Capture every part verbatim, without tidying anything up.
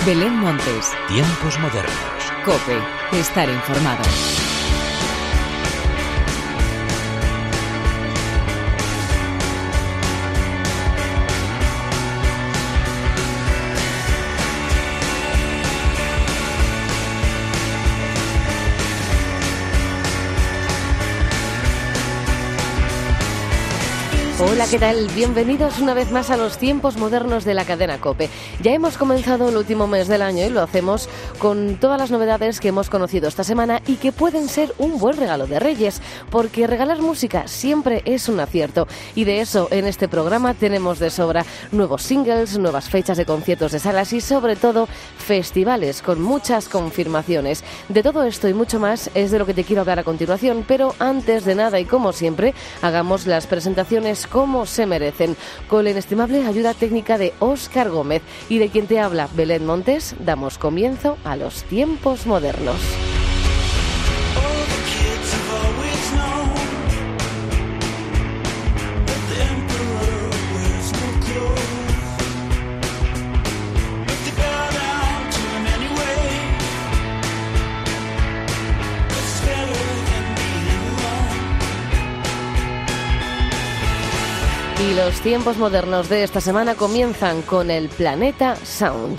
Belén Montes. Tiempos modernos. COPE. Estar informado. Hola, ¿qué tal? Bienvenidos una vez más a los tiempos modernos de la cadena COPE. Ya hemos comenzado el último mes del año y lo hacemos con todas las novedades que hemos conocido esta semana y que pueden ser un buen regalo de Reyes, porque regalar música siempre es un acierto. Y de eso en este programa tenemos de sobra: nuevos singles, nuevas fechas de conciertos de salas y sobre todo festivales con muchas confirmaciones. De todo esto y mucho más es de lo que te quiero hablar a continuación, pero antes de nada y como siempre, hagamos las presentaciones como se merecen, con la inestimable ayuda técnica de Óscar Gómez y de quien te habla, Belén Montes. Damos comienzo a los tiempos modernos. Y los tiempos modernos de esta semana comienzan con el Planeta Sound.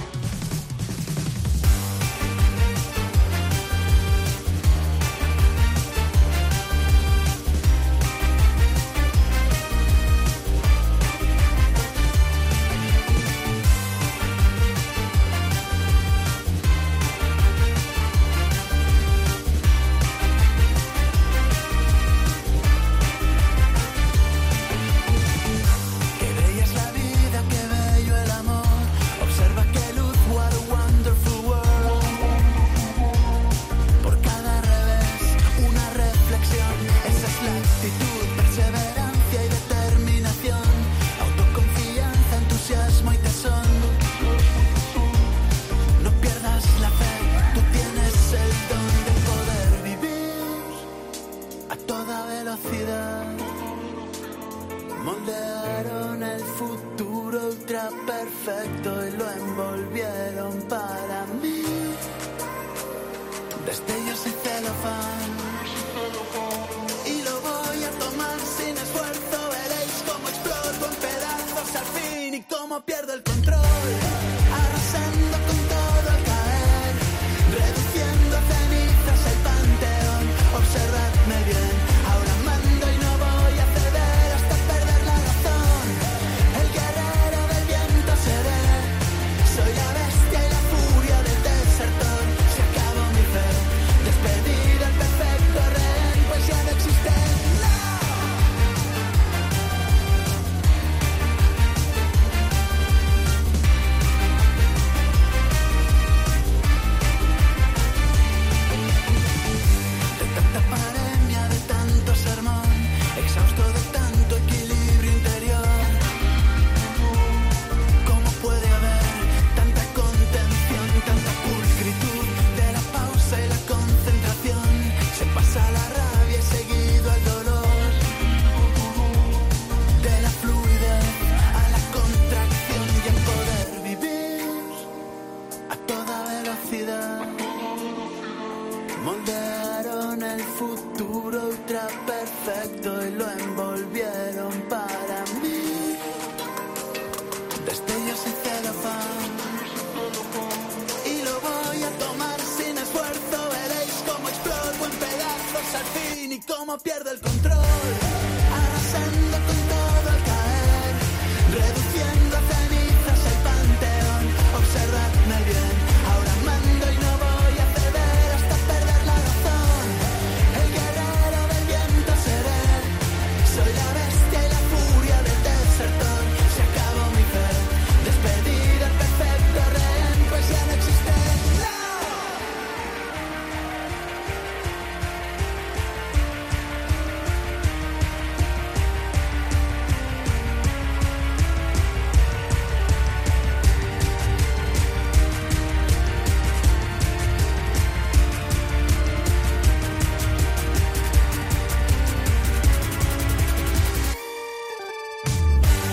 Moldearon el futuro ultra perfecto y lo envolvieron para mí. Destellos y celofán. Y lo voy a tomar sin esfuerzo. Veréis cómo exploto en pedazos al fin y cómo pierdo el control. Arrasando con todo al caer, reduciendo a cenizas el panteón. Observadme bien, ahora mando y no voy a ceder hasta perder la razón. El guerrero del viento seré, soy la bestia y la furia del desertor. Se acabó mi fe, despedida al perfecto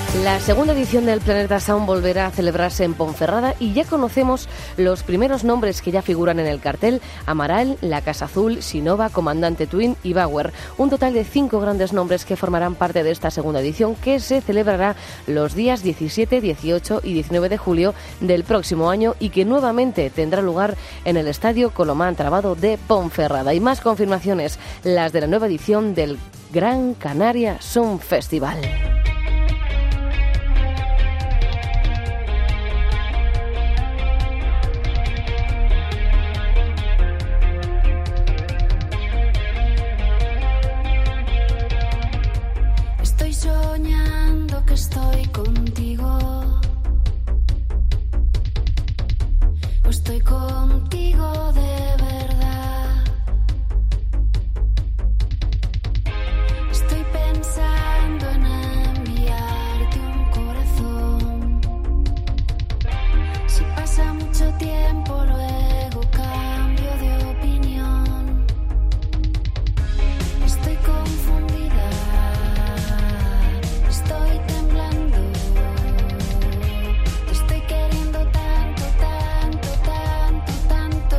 La segunda edición del Planeta Sound volverá a celebrarse en Ponferrada y ya conocemos los primeros nombres que ya figuran en el cartel: Amaral, La Casa Azul, Sinova, Comandante Twin y Bauer. Un total de cinco grandes nombres que formarán parte de esta segunda edición, que se celebrará los días diecisiete, dieciocho y diecinueve de julio del próximo año y que nuevamente tendrá lugar en el Estadio Colomán Trabado de Ponferrada. Y más confirmaciones, las de la nueva edición del Gran Canaria Sound Festival. Soñando que estoy contigo, o estoy contigo de verdad. Estoy pensando en enviarte un corazón. Si pasa mucho tiempo, luego cambio de opinión. Estoy confundida. Estoy temblando, te estoy queriendo tanto, tanto, tanto, tanto,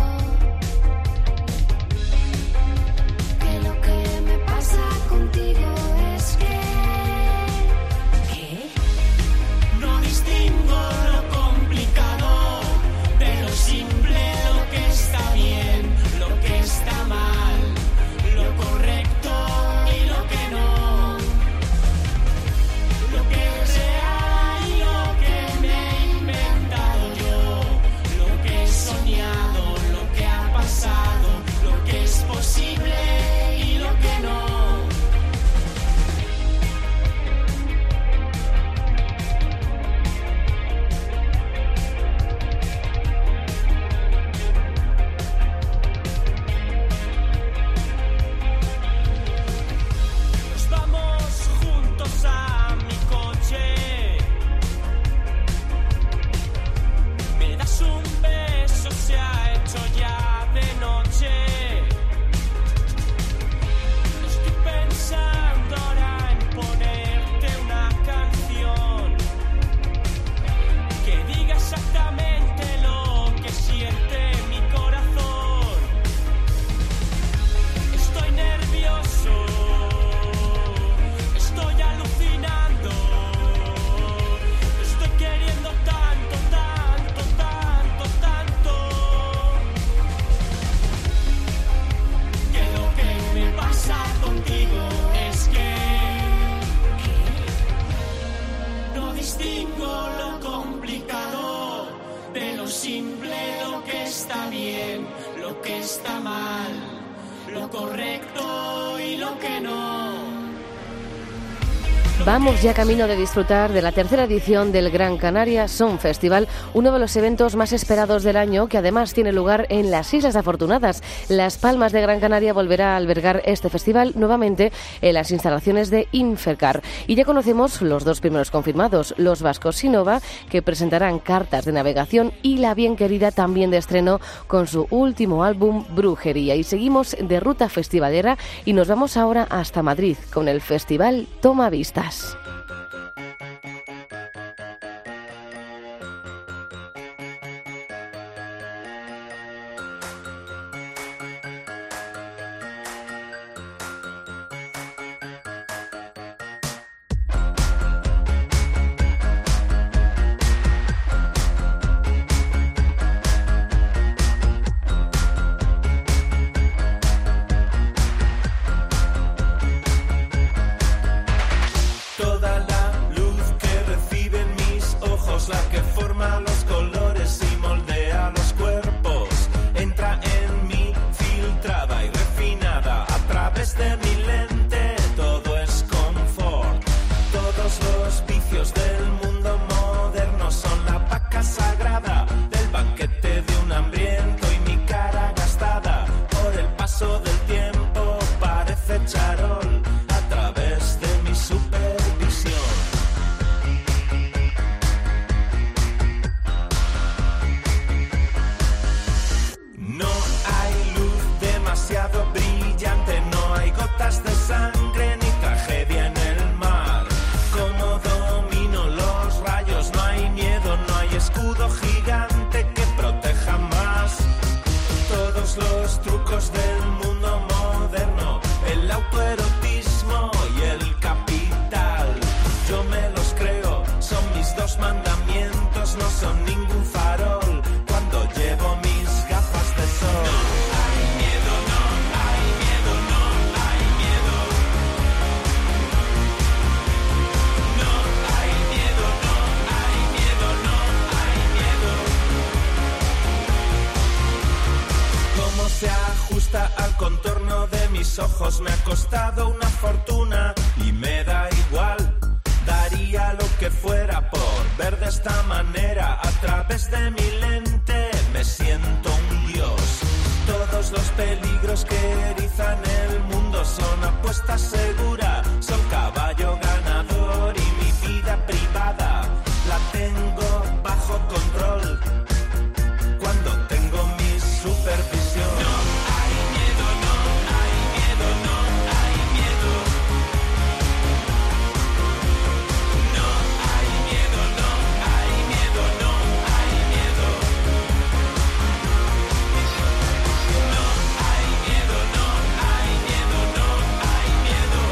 que lo que me pasa contigo es que, ¿qué? No distingo lo complicado de lo simple, lo que está bien, lo que está mal, lo correcto y lo que no. Lo que es real y lo que me he inventado yo, lo que he soñado, lo que ha pasado, lo que es posible y lo que no. Nos vamos juntos a mi coche. Me das un beso, se ha hecho ya de noche. Estoy pensando ahora en ponerte una canción que diga exactamente lo que siente mi corazón. Estoy nervioso, estoy alucinando, estoy queriendo tanto, tanto, tanto, tanto, que lo que me pasa contigo es que, que no distingo lo complicado de lo simple, lo que está bien, lo que está mal, lo correcto y lo que no. Vamos ya camino de disfrutar de la tercera edición del Gran Canaria Sound Festival, uno de los eventos más esperados del año, que además tiene lugar en las Islas Afortunadas. Las Palmas de Gran Canaria volverá a albergar este festival nuevamente en las instalaciones de Infercar. Y ya conocemos los dos primeros confirmados, los vascos Sinova, que presentarán Cartas de Navegación, y La Bien Querida, también de estreno con su último álbum Brujería. Y seguimos de ruta festivalera y nos vamos ahora hasta Madrid con el Festival Toma Vistas. gotas de sangre ni tragedia en el mar. Como ojos me ha costado una fortuna y me da igual. Daría lo que fuera por ver de esta manera. A través de mi lente me siento un dios. Todos los peligros que erizan el mundo son apuesta segura, son caballo ganador y mi vida privada la tengo bajo control cuando tengo mi supervisión. No hay miedo, no hay miedo, no hay miedo. No hay miedo, no hay miedo, no hay miedo. No hay miedo, no hay miedo, no hay miedo.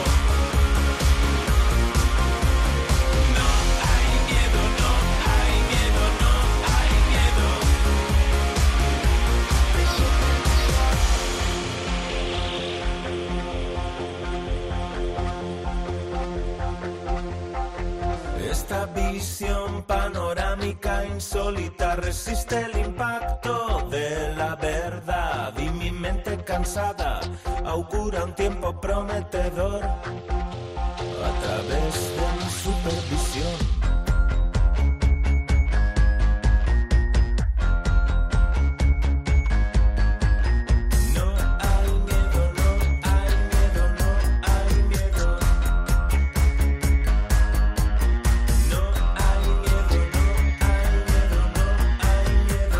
No hay miedo, no hay miedo, no hay miedo. Esta visión panorámica insólita resiste el impacto de la verdad y mi mente cansada augura un tiempo prometedor a través de mi supervisión. No hay miedo, no hay miedo, no hay miedo. No hay miedo, no hay miedo, no hay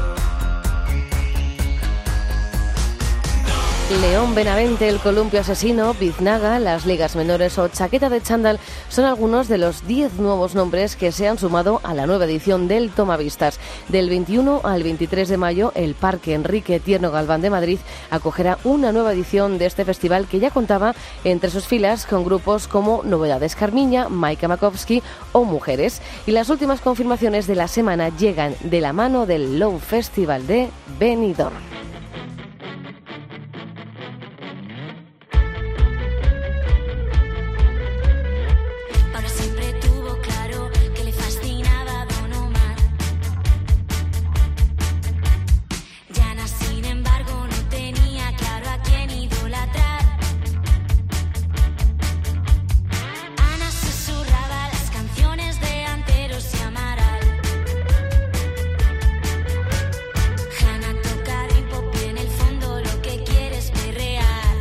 miedo. León Benavente, el columpio asesino, Biznaga, las ligas menores o Chaqueta de Chándal son algunos de los diez nuevos nombres que se han sumado a la nueva edición del Tomavistas. Del veintiuno al veintitrés de mayo, el Parque Enrique Tierno Galván de Madrid acogerá una nueva edición de este festival que ya contaba entre sus filas con grupos como Novedades Carmiña, Maika Makovsky o Mujeres. Y las últimas confirmaciones de la semana llegan de la mano del Low Festival de Benidorm. Ahora siempre tuvo claro que le fascinaba Don Omar. Yana, sin embargo, no tenía claro a quién idolatrar. Ana susurraba las canciones de Anteros y Amaral. Hanna toca dream pop y en el fondo lo que quiere es perrear.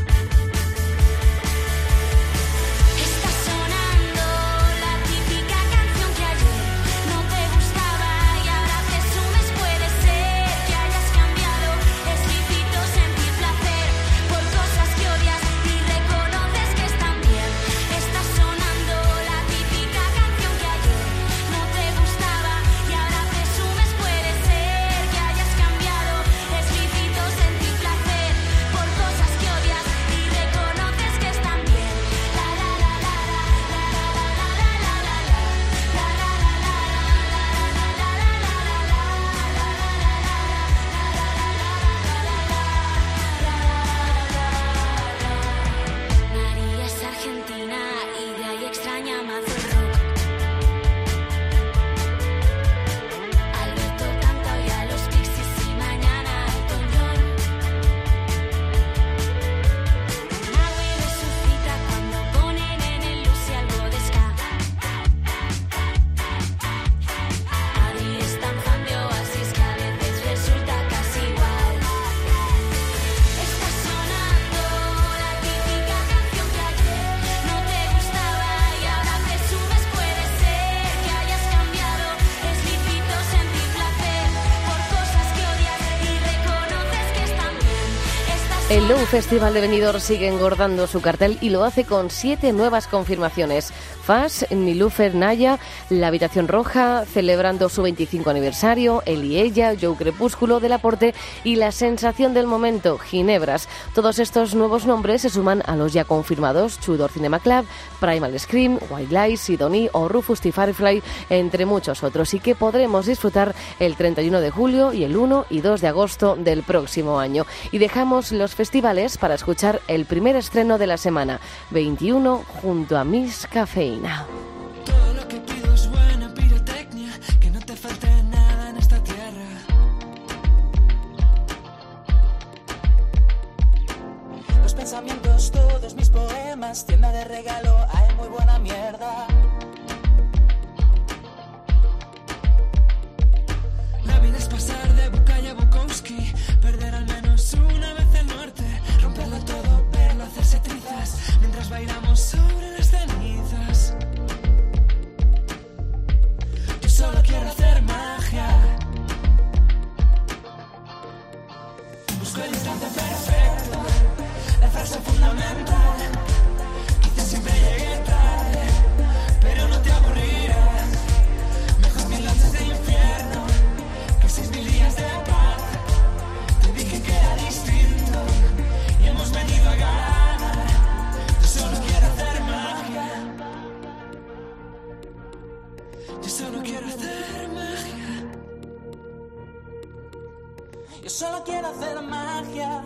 Está sonando la típica canción que ayer no te gustaba y ahora presumes. Puede ser que hayas cambiado, es lícito sentir placer por cosas que odias y reconoces que están bien. Está sonando la típica canción que ayer no te gustaba y ahora presumes. Puede ser que hayas cambiado, es lícito sentir placer por cosas que odias y reconoces que están bien. La la la la la la la la la la María es argentina y de ahí extraña más el rock. Alberto canta hoy a los Pixies y mañana a Elton John. Maui resucita cuando ponen en el Lucy algo de ska. Adri es tan fan de Oasis que a veces resulta casi igual. Está sonando la típica canción que ayer no te gustaba y ahora presumes. Puede ser que hayas cambiado, es lícito sentir placer por cosas que odias y reconoces que están bien. Está El Low Festival de Benidorm sigue engordando su cartel y lo hace con siete nuevas confirmaciones. Fass, Nilüfer Naya, La Habitación Roja, celebrando su veinticinco aniversario, Él y Ella, Joe Crepúsculo, Delaporte y La Sensación del Momento, Ginebras. Todos estos nuevos nombres se suman a los ya confirmados Tudor Cinema Club, Primal Scream, White Lies, Sidonie o Rufus T. Firefly, entre muchos otros, y que podremos disfrutar el treinta y uno de julio y el uno y dos de agosto del próximo año. Y dejamos los festivales para escuchar el primer estreno de la semana, veintiuno, junto a Miss Cafeína. Todo lo que pido es buena pirotecnia, que no te falte nada en esta tierra. Los pensamientos todos mis poemas, tienda de regalo, hay muy buena mierda. La vida es pasar de Bukaya a Bukowski, perder al menos una vez el norte, romperlo todo, verlo hacerse trizas, mientras bailamos sobre las cenizas. Yo solo quiero hacer magia. Busco el instante perfecto, la frase fundamental. Quizás siempre llegué tarde, pero no te aburrirás. Mejor mil noches de infierno que seis mil días de paz. Te dije que era distinto y hemos venido a ganar. Yo solo quiero hacer magia. Yo solo quiero hacer magia. Yo solo quiero hacer magia.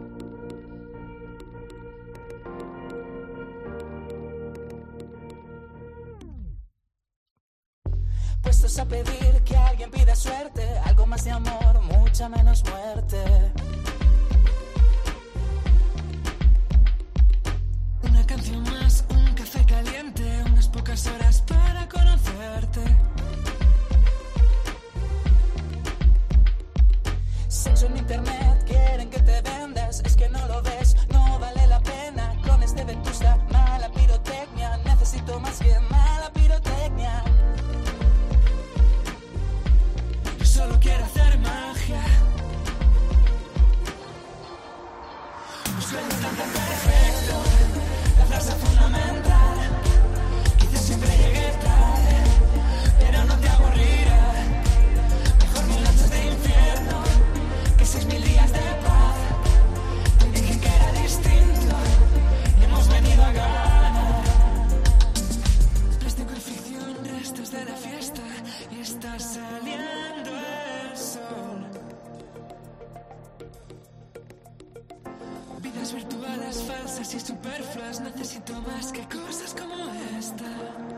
Puestos a pedir que alguien pida suerte, algo más de amor, mucha menos muerte. Una canción más, un café caliente, unas pocas horas para conocerte. Sexo en internet, quieren que te vendas, es que no lo ves, no vale la pena. Clones de Vetusta, mala pirotecnia, necesito más que mala pirotecnia. Yo solo quiero hacer magia. Busco el instante perfecto, la frase fundamental. Quizás siempre llegué tarde, pero no te aburrirás. Mejor mil noches de infierno que seis mil días de paz. Te dije que era distinto y hemos venido a ganar. Plástico y ficción, restos de la fiesta, y está saliendo el sol. Vidas virtuales, falsas y superfluas, necesito más que cosas como esta.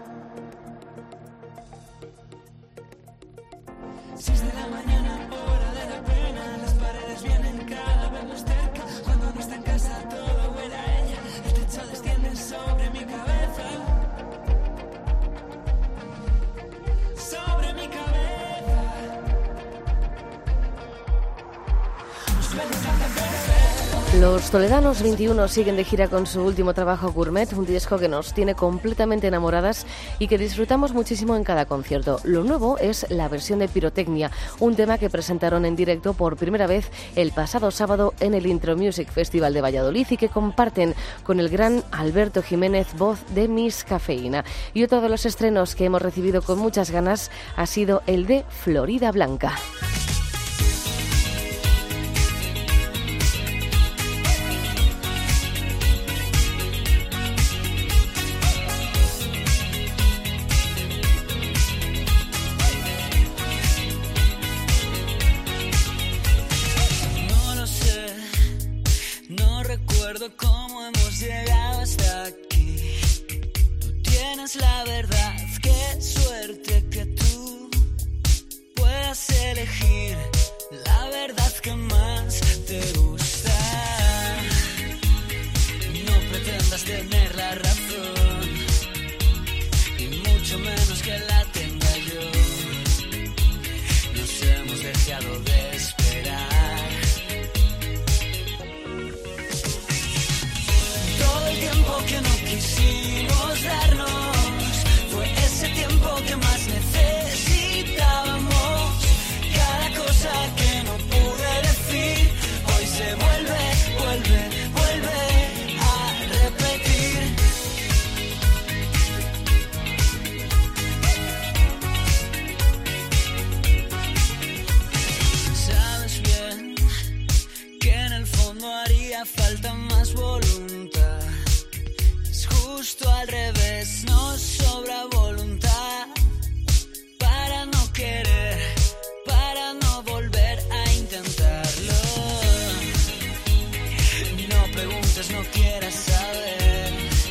Seis de la mañana, hora de la pena, las paredes vienen cada vez más cerca. Cuando no está en casa todo huele a ella, el techo desciende sobre mi cabeza. Sobre mi cabeza. Busco el instante perfecto. Los toledanos veintiuno siguen de gira con su último trabajo Gourmet, un disco que nos tiene completamente enamoradas y que disfrutamos muchísimo en cada concierto. Lo nuevo es la versión de Pirotecnia, un tema que presentaron en directo por primera vez el pasado sábado en el Intro Music Festival de Valladolid y que comparten con el gran Alberto Jiménez, voz de Miss Cafeína. Y otro de los estrenos que hemos recibido con muchas ganas ha sido el de Florida Blanca. No lo sé, no recuerdo cómo hemos llegado hasta aquí. Tú tienes la verdad, qué suerte que tú puedas elegir la verdad que más te gusta. No pretendas tener la razón, y mucho menos que la tenga yo. Nos hemos dejado de esperar. Todo el tiempo que no quisimos darnos fue ese tiempo que más necesitábamos. Cada cosa que no pude decir hoy se vuelve, vuelve, vuelve a repetir. Sabes bien que en el fondo haría falta más voluntad. Es justo al revés, nos sobra voluntad para no querer, para no volver a intentarlo. No preguntes, no quieras saber.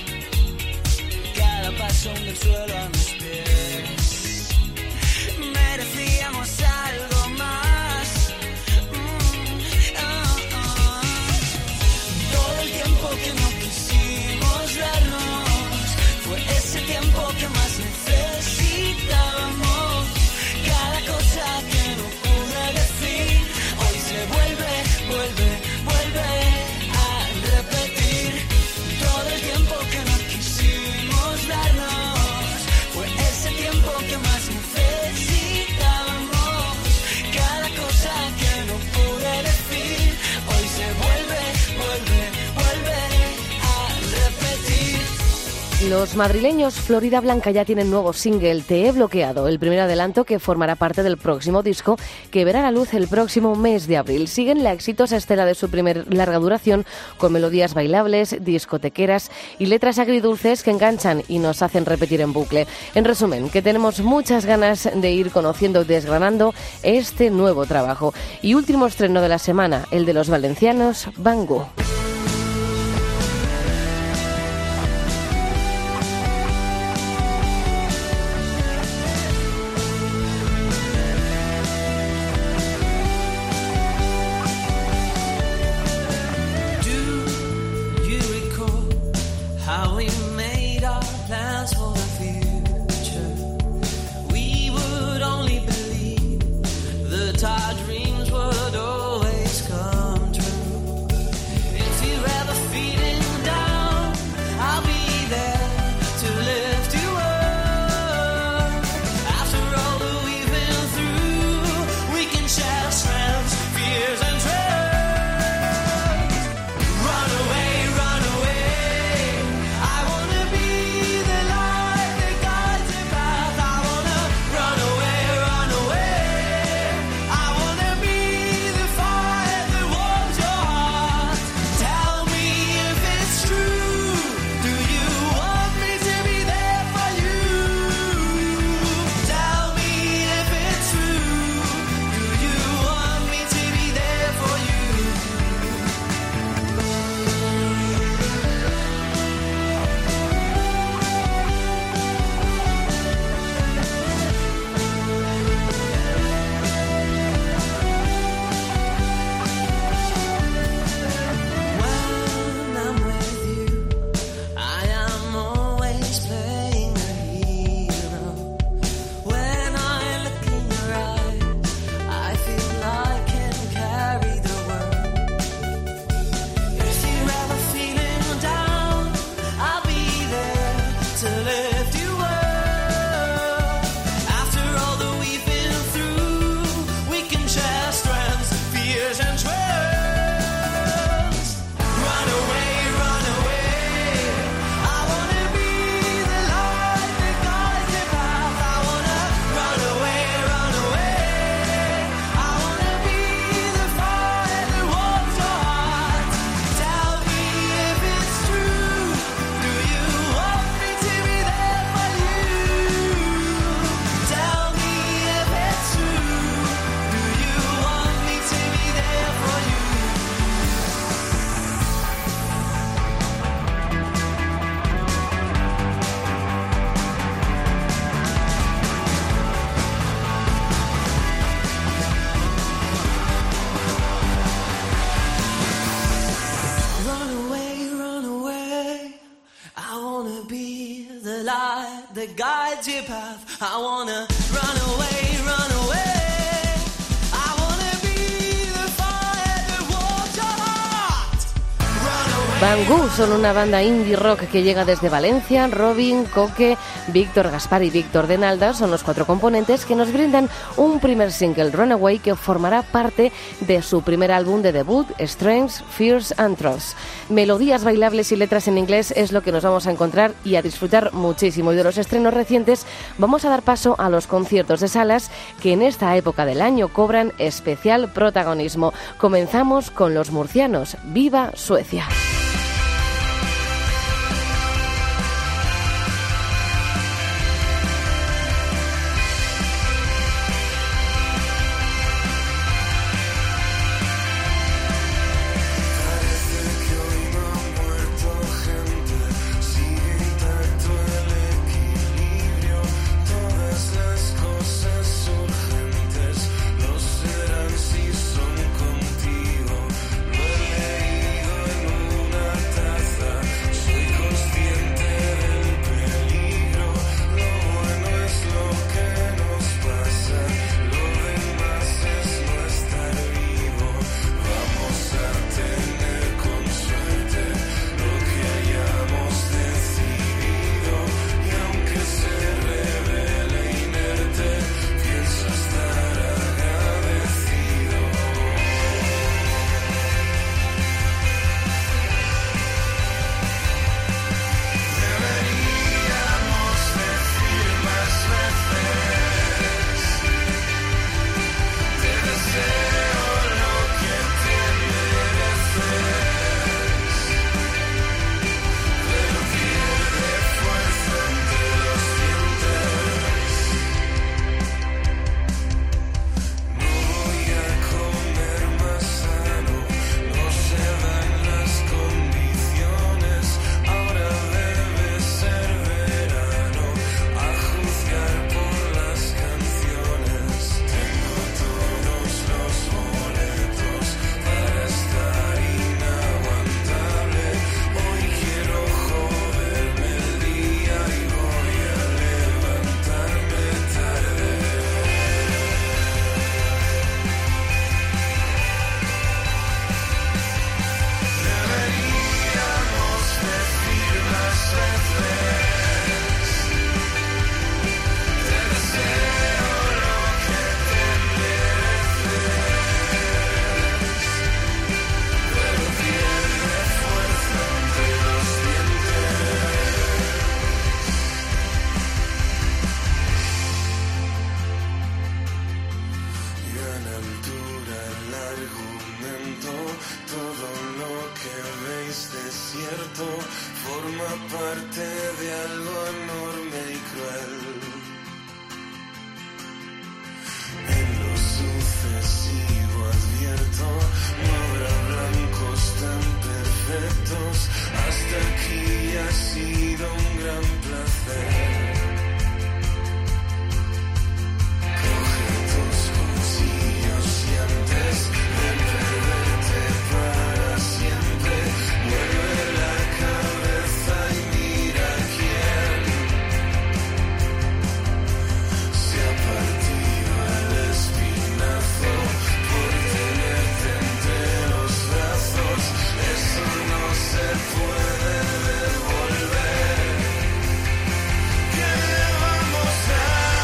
Cada paso hunde el suelo a mis pies. Merecíamos algo más. Mm, oh, oh. Todo el tiempo que no quisimos Los madrileños Florida Blanca ya tienen nuevo single, Te he bloqueado, el primer adelanto que formará parte del próximo disco que verá la luz el próximo mes de abril. Siguen la exitosa estela de su primer larga duración con melodías bailables, discotequeras y letras agridulces que enganchan y nos hacen repetir en bucle. En resumen, que tenemos muchas ganas de ir conociendo y desgranando este nuevo trabajo. Y último estreno de la semana, el de los valencianos Bangú. that guides your path. I wanna run away, run away. I wanna be the fire that warms your heart. Run away. Bangú son una banda indie rock que llega desde Valencia. Robin, Coque, Víctor Gaspar y Víctor de Nalda son los cuatro componentes que nos brindan un primer single, Runaway, que formará parte de su primer álbum de debut, Strengths, Fears and Trusts. Melodías bailables y letras en inglés es lo que nos vamos a encontrar y a disfrutar muchísimo. Y de los estrenos recientes vamos a dar paso a los conciertos de salas que en esta época del año cobran especial protagonismo. Comenzamos con los murcianos. ¡Viva Suecia!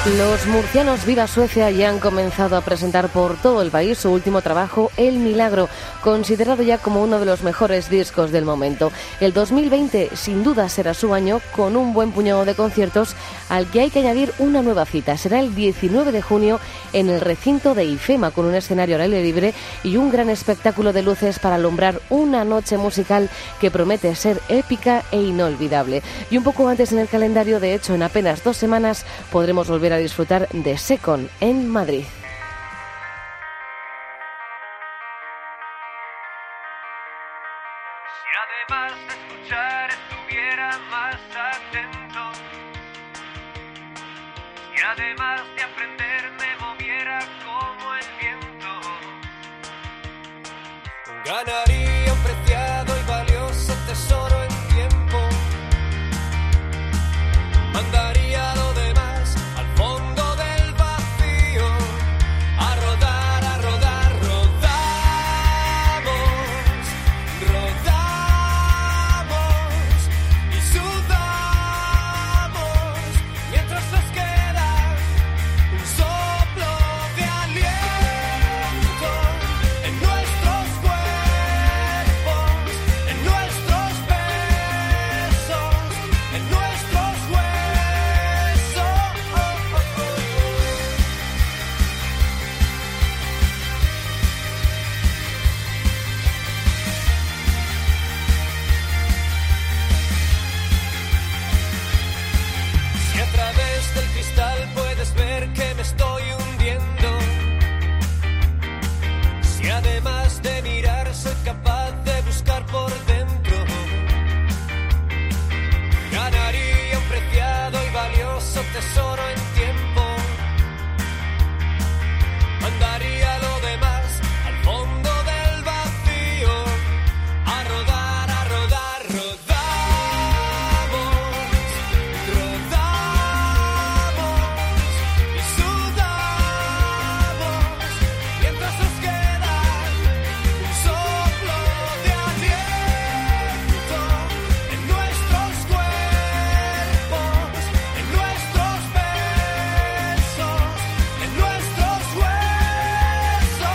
Los murcianos Viva Suecia ya han comenzado a presentar por todo el país su último trabajo, El Milagro, considerado ya como uno de los mejores discos del momento. El dos mil veinte sin duda será su año, con un buen puñado de conciertos al que hay que añadir una nueva cita. Será el diecinueve de junio en el recinto de IFEMA, con un escenario al aire libre y un gran espectáculo de luces para alumbrar una noche musical que promete ser épica e inolvidable. Y un poco antes en el calendario, de hecho en apenas dos semanas, podremos volver a disfrutar de Secon en Madrid. Si además de escuchar estuviera más atento, y además de aprender me moviera como el viento, ganaría un preciado y valioso tesoro en tiempo, mandaría lo demás al fondo del vacío, a rodar, a rodar, rodamos, rodamos y sudamos, mientras nos queda un soplo de aliento en nuestros cuerpos, en nuestros besos, en nuestros huesos. Si a través del cristal puedes ver que me estoy hundiendo, si además de mirar soy capaz de buscar por dentro, ganaría un preciado y valioso tesoro en tiempo, mandaría lo demás al fondo del vacío, a rodar, a rodar, rodamos, rodamos y sudamos, mientras nos queda un soplo de aliento en nuestros cuerpos, en nuestros besos, en nuestros huesos.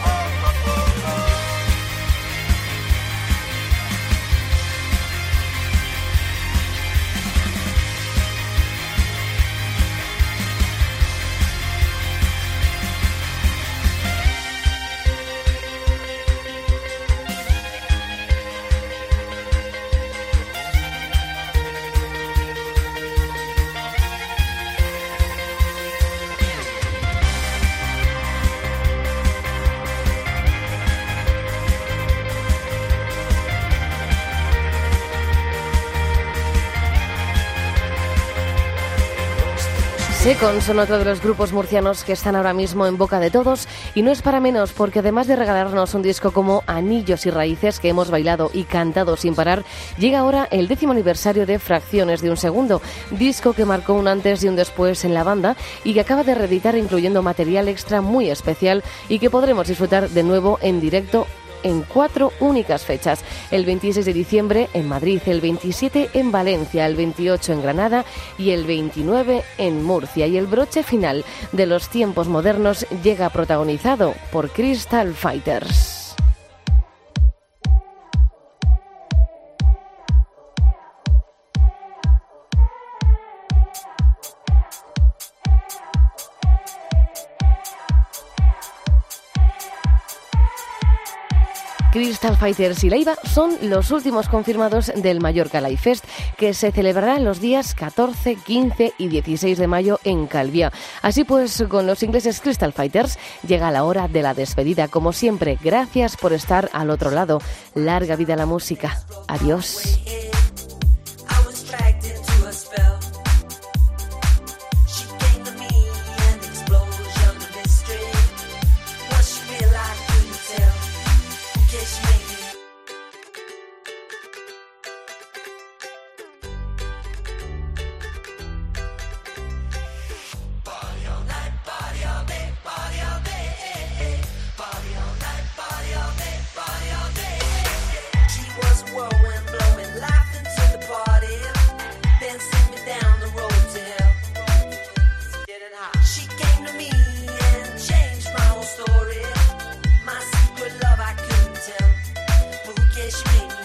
Secon son otro de los grupos murcianos que están ahora mismo en boca de todos, y no es para menos, porque además de regalarnos un disco como Anillos y Raíces, que hemos bailado y cantado sin parar, llega ahora el décimo aniversario de Fracciones de un Segundo, disco que marcó un antes y un después en la banda y que acaba de reeditar incluyendo material extra muy especial y que podremos disfrutar de nuevo en directo en cuatro únicas fechas: el veintiséis de diciembre en Madrid, el veintisiete en Valencia, el veintiocho en Granada y el veintinueve en Murcia. Y el broche final de los tiempos modernos llega protagonizado por Crystal Fighters. Crystal Fighters y Leiva son los últimos confirmados del Mallorca Live Fest, que se celebrará los días catorce, quince y dieciséis de mayo en Calviá. Así pues, con los ingleses Crystal Fighters llega la hora de la despedida. Como siempre, gracias por estar al otro lado. Larga vida a la música. Adiós. Whirlwind blowing life. high. She came to me and changed my whole story. My secret love I couldn't tell, but who cares, she made me.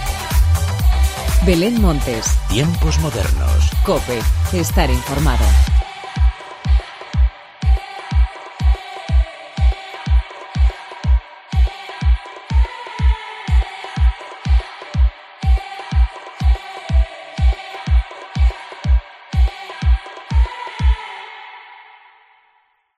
Belén Montes. Tiempos modernos. COPE. Estar informado.